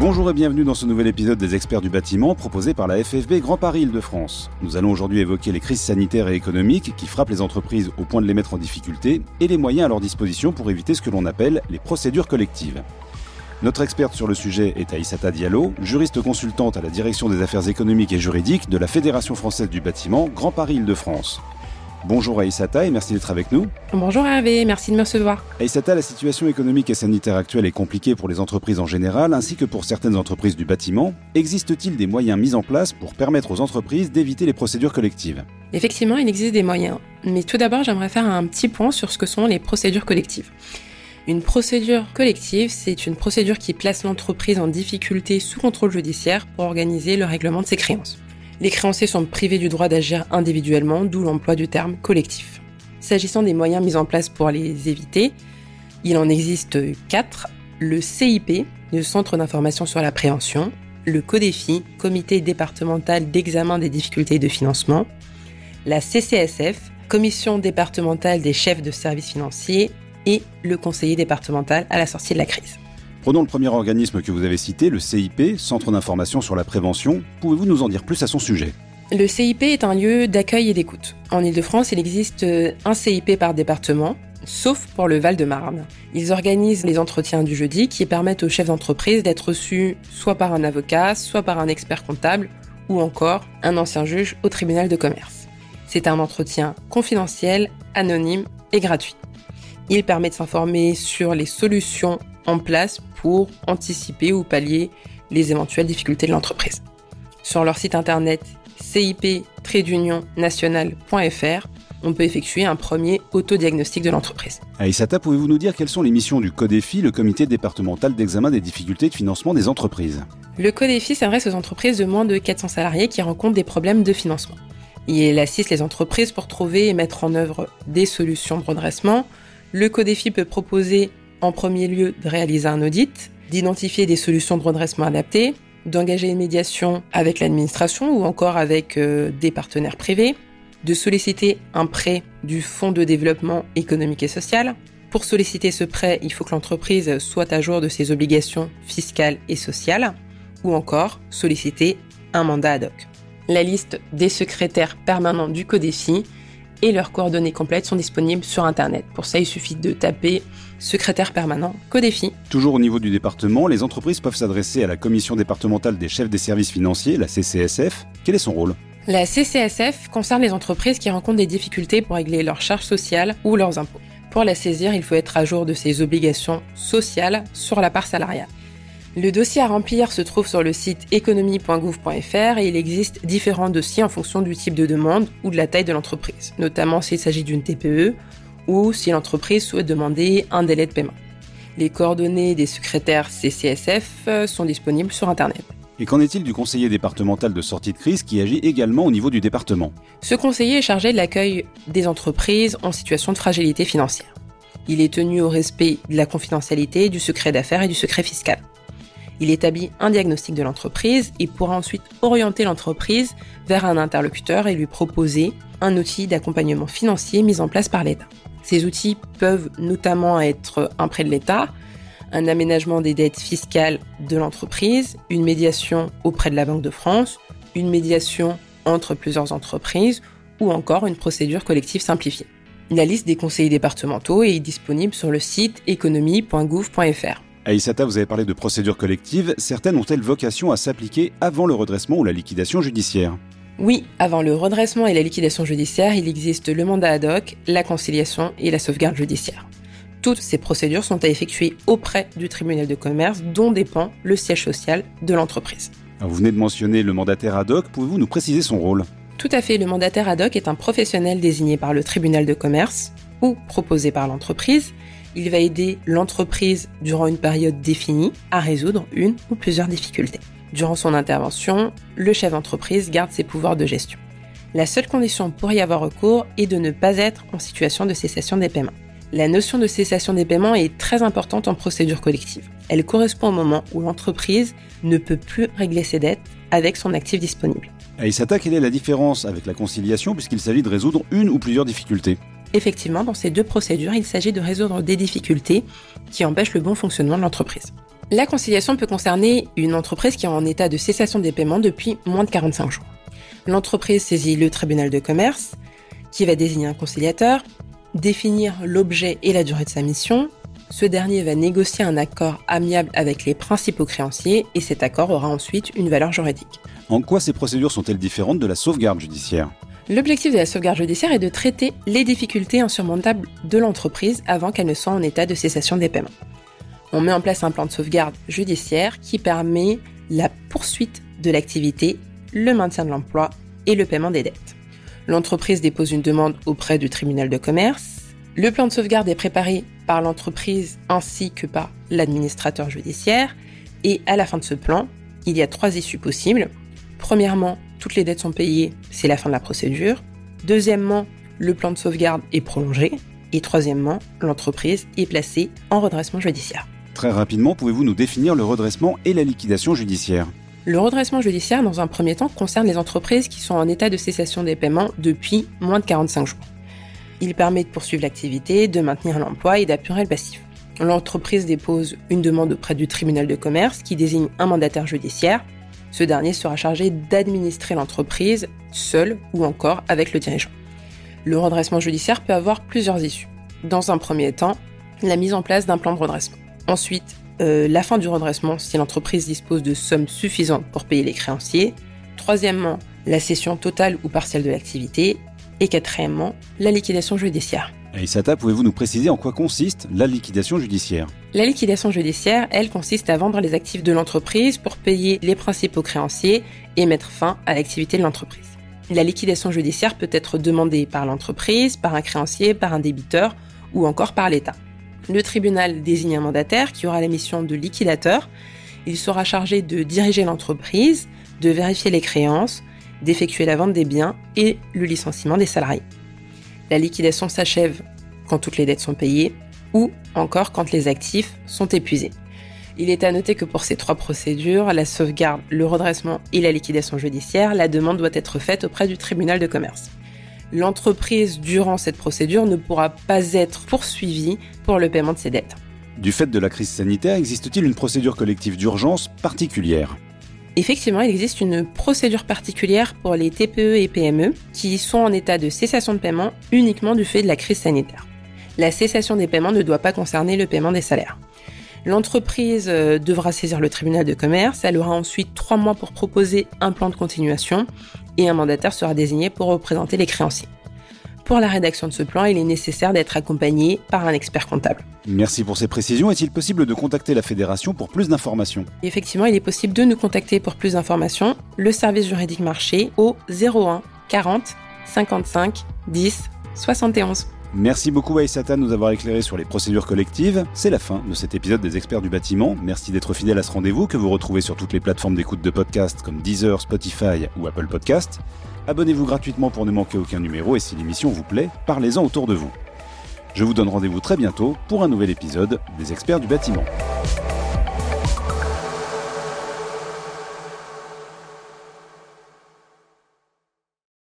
Bonjour et bienvenue dans ce nouvel épisode des Experts du bâtiment proposé par la FFB Grand Paris Île-de-France. Nous allons aujourd'hui évoquer les crises sanitaires et économiques qui frappent les entreprises au point de les mettre en difficulté et les moyens à leur disposition pour éviter ce que l'on appelle les procédures collectives. Notre experte sur le sujet est Aïssata Diallo, juriste consultante à la direction des affaires économiques et juridiques de la Fédération française du bâtiment Grand Paris Île-de-France. Bonjour Aïssata et merci d'être avec nous. Bonjour Hervé, merci de me recevoir. Aïssata, la situation économique et sanitaire actuelle est compliquée pour les entreprises en général ainsi que pour certaines entreprises du bâtiment. Existe-t-il des moyens mis en place pour permettre aux entreprises d'éviter les procédures collectives ? Effectivement, il existe des moyens. Mais tout d'abord, j'aimerais faire un petit point sur ce que sont les procédures collectives. Une procédure collective, c'est une procédure qui place l'entreprise en difficulté sous contrôle judiciaire pour organiser le règlement de ses créances. Les créanciers sont privés du droit d'agir individuellement, d'où l'emploi du terme collectif. S'agissant des moyens mis en place pour les éviter, il en existe 4. Le CIP, le Centre d'information sur la prévention, le CODEFI, Comité départemental d'examen des difficultés de financement, la CCSF, Commission départementale des chefs de services financiers, et le conseiller départemental à la sortie de la crise. Prenons le premier organisme que vous avez cité, le CIP, Centre d'information sur la prévention. Pouvez-vous nous en dire plus à son sujet ? Le CIP est un lieu d'accueil et d'écoute. En Île-de-France, il existe un CIP par département, sauf pour le Val-de-Marne. Ils organisent les entretiens du jeudi qui permettent aux chefs d'entreprise d'être reçus soit par un avocat, soit par un expert comptable, ou encore un ancien juge au tribunal de commerce. C'est un entretien confidentiel, anonyme et gratuit. Il permet de s'informer sur les solutions en place pour anticiper ou pallier les éventuelles difficultés de l'entreprise. Sur leur site internet cip-national.fr, on peut effectuer un premier autodiagnostic de l'entreprise. Aïssata, pouvez-vous nous dire quelles sont les missions du CODEFI, le comité départemental d'examen des difficultés de financement des entreprises ? Le CODEFI s'adresse aux entreprises de moins de 400 salariés qui rencontrent des problèmes de financement. Il assiste les entreprises pour trouver et mettre en œuvre des solutions de redressement. Le CODEFI peut proposer en premier lieu de réaliser un audit, d'identifier des solutions de redressement adaptées, d'engager une médiation avec l'administration ou encore avec des partenaires privés, de solliciter un prêt du Fonds de développement économique et social. Pour solliciter ce prêt, il faut que l'entreprise soit à jour de ses obligations fiscales et sociales ou encore solliciter un mandat ad hoc. La liste des secrétaires permanents du CODEFI et leurs coordonnées complètes sont disponibles sur Internet. Pour ça, il suffit de taper « secrétaire permanent CODEFI ». Toujours au niveau du département, les entreprises peuvent s'adresser à la Commission départementale des chefs des services financiers, la CCSF. Quel est son rôle ? La CCSF concerne les entreprises qui rencontrent des difficultés pour régler leurs charges sociales ou leurs impôts. Pour la saisir, il faut être à jour de ses obligations sociales sur la part salariale. Le dossier à remplir se trouve sur le site économie.gouv.fr et il existe différents dossiers en fonction du type de demande ou de la taille de l'entreprise, notamment s'il s'agit d'une TPE ou si l'entreprise souhaite demander un délai de paiement. Les coordonnées des secrétaires CCSF sont disponibles sur Internet. Et qu'en est-il du conseiller départemental de sortie de crise qui agit également au niveau du département ? Ce conseiller est chargé de l'accueil des entreprises en situation de fragilité financière. Il est tenu au respect de la confidentialité, du secret d'affaires et du secret fiscal. Il établit un diagnostic de l'entreprise et pourra ensuite orienter l'entreprise vers un interlocuteur et lui proposer un outil d'accompagnement financier mis en place par l'État. Ces outils peuvent notamment être un prêt de l'État, un aménagement des dettes fiscales de l'entreprise, une médiation auprès de la Banque de France, une médiation entre plusieurs entreprises ou encore une procédure collective simplifiée. La liste des conseillers départementaux est disponible sur le site économie.gouv.fr. Aïssata, vous avez parlé de procédures collectives. Certaines ont-elles vocation à s'appliquer avant le redressement ou la liquidation judiciaire ? Oui, avant le redressement et la liquidation judiciaire, il existe le mandat ad hoc, la conciliation et la sauvegarde judiciaire. Toutes ces procédures sont à effectuer auprès du tribunal de commerce dont dépend le siège social de l'entreprise. Alors vous venez de mentionner le mandataire ad hoc. Pouvez-vous nous préciser son rôle ? Tout à fait, le mandataire ad hoc est un professionnel désigné par le tribunal de commerce ou proposé par l'entreprise. Il va aider l'entreprise durant une période définie à résoudre une ou plusieurs difficultés. Durant son intervention, le chef d'entreprise garde ses pouvoirs de gestion. La seule condition pour y avoir recours est de ne pas être en situation de cessation des paiements. La notion de cessation des paiements est très importante en procédure collective. Elle correspond au moment où l'entreprise ne peut plus régler ses dettes avec son actif disponible. Aïssata, quelle est la différence avec la conciliation puisqu'il s'agit de résoudre une ou plusieurs difficultés ? Effectivement, dans ces deux procédures, il s'agit de résoudre des difficultés qui empêchent le bon fonctionnement de l'entreprise. La conciliation peut concerner une entreprise qui est en état de cessation des paiements depuis moins de 45 jours. L'entreprise saisit le tribunal de commerce, qui va désigner un conciliateur, définir l'objet et la durée de sa mission. Ce dernier va négocier un accord amiable avec les principaux créanciers et cet accord aura ensuite une valeur juridique. En quoi ces procédures sont-elles différentes de la sauvegarde judiciaire ? L'objectif de la sauvegarde judiciaire est de traiter les difficultés insurmontables de l'entreprise avant qu'elle ne soit en état de cessation des paiements. On met en place un plan de sauvegarde judiciaire qui permet la poursuite de l'activité, le maintien de l'emploi et le paiement des dettes. L'entreprise dépose une demande auprès du tribunal de commerce. Le plan de sauvegarde est préparé par l'entreprise ainsi que par l'administrateur judiciaire. Et à la fin de ce plan, il y a 3 issues possibles. Premièrement, toutes les dettes sont payées, c'est la fin de la procédure. Deuxièmement, le plan de sauvegarde est prolongé. Et troisièmement, l'entreprise est placée en redressement judiciaire. Très rapidement, pouvez-vous nous définir le redressement et la liquidation judiciaire ? Le redressement judiciaire, dans un premier temps, concerne les entreprises qui sont en état de cessation des paiements depuis moins de 45 jours. Il permet de poursuivre l'activité, de maintenir l'emploi et d'apurer le passif. L'entreprise dépose une demande auprès du tribunal de commerce qui désigne un mandataire judiciaire. Ce dernier sera chargé d'administrer l'entreprise seul ou encore avec le dirigeant. Le redressement judiciaire peut avoir plusieurs issues. Dans un premier temps, la mise en place d'un plan de redressement. Ensuite, la fin du redressement si l'entreprise dispose de sommes suffisantes pour payer les créanciers. Troisièmement, la cession totale ou partielle de l'activité. Et quatrièmement, la liquidation judiciaire. Aïssata, pouvez-vous nous préciser en quoi consiste la liquidation judiciaire ? La liquidation judiciaire, elle, consiste à vendre les actifs de l'entreprise pour payer les principaux créanciers et mettre fin à l'activité de l'entreprise. La liquidation judiciaire peut être demandée par l'entreprise, par un créancier, par un débiteur ou encore par l'État. Le tribunal désigne un mandataire qui aura la mission de liquidateur. Il sera chargé de diriger l'entreprise, de vérifier les créances, d'effectuer la vente des biens et le licenciement des salariés. La liquidation s'achève quand toutes les dettes sont payées ou encore quand les actifs sont épuisés. Il est à noter que pour ces 3 procédures, la sauvegarde, le redressement et la liquidation judiciaire, la demande doit être faite auprès du tribunal de commerce. L'entreprise, durant cette procédure, ne pourra pas être poursuivie pour le paiement de ses dettes. Du fait de la crise sanitaire, existe-t-il une procédure collective d'urgence particulière ? Effectivement, il existe une procédure particulière pour les TPE et PME qui sont en état de cessation de paiement uniquement du fait de la crise sanitaire. La cessation des paiements ne doit pas concerner le paiement des salaires. L'entreprise devra saisir le tribunal de commerce, elle aura ensuite 3 mois pour proposer un plan de continuation et un mandataire sera désigné pour représenter les créanciers. Pour la rédaction de ce plan, il est nécessaire d'être accompagné par un expert comptable. Merci pour ces précisions. Est-il possible de contacter la fédération pour plus d'informations ? Effectivement, il est possible de nous contacter pour plus d'informations. Le service juridique marché au 01 40 55 10 71. Merci beaucoup Aïssata de nous avoir éclairé sur les procédures collectives. C'est la fin de cet épisode des Experts du bâtiment. Merci d'être fidèle à ce rendez-vous que vous retrouvez sur toutes les plateformes d'écoute de podcasts comme Deezer, Spotify ou Apple Podcasts. Abonnez-vous gratuitement pour ne manquer aucun numéro et si l'émission vous plaît, parlez-en autour de vous. Je vous donne rendez-vous très bientôt pour un nouvel épisode des Experts du bâtiment.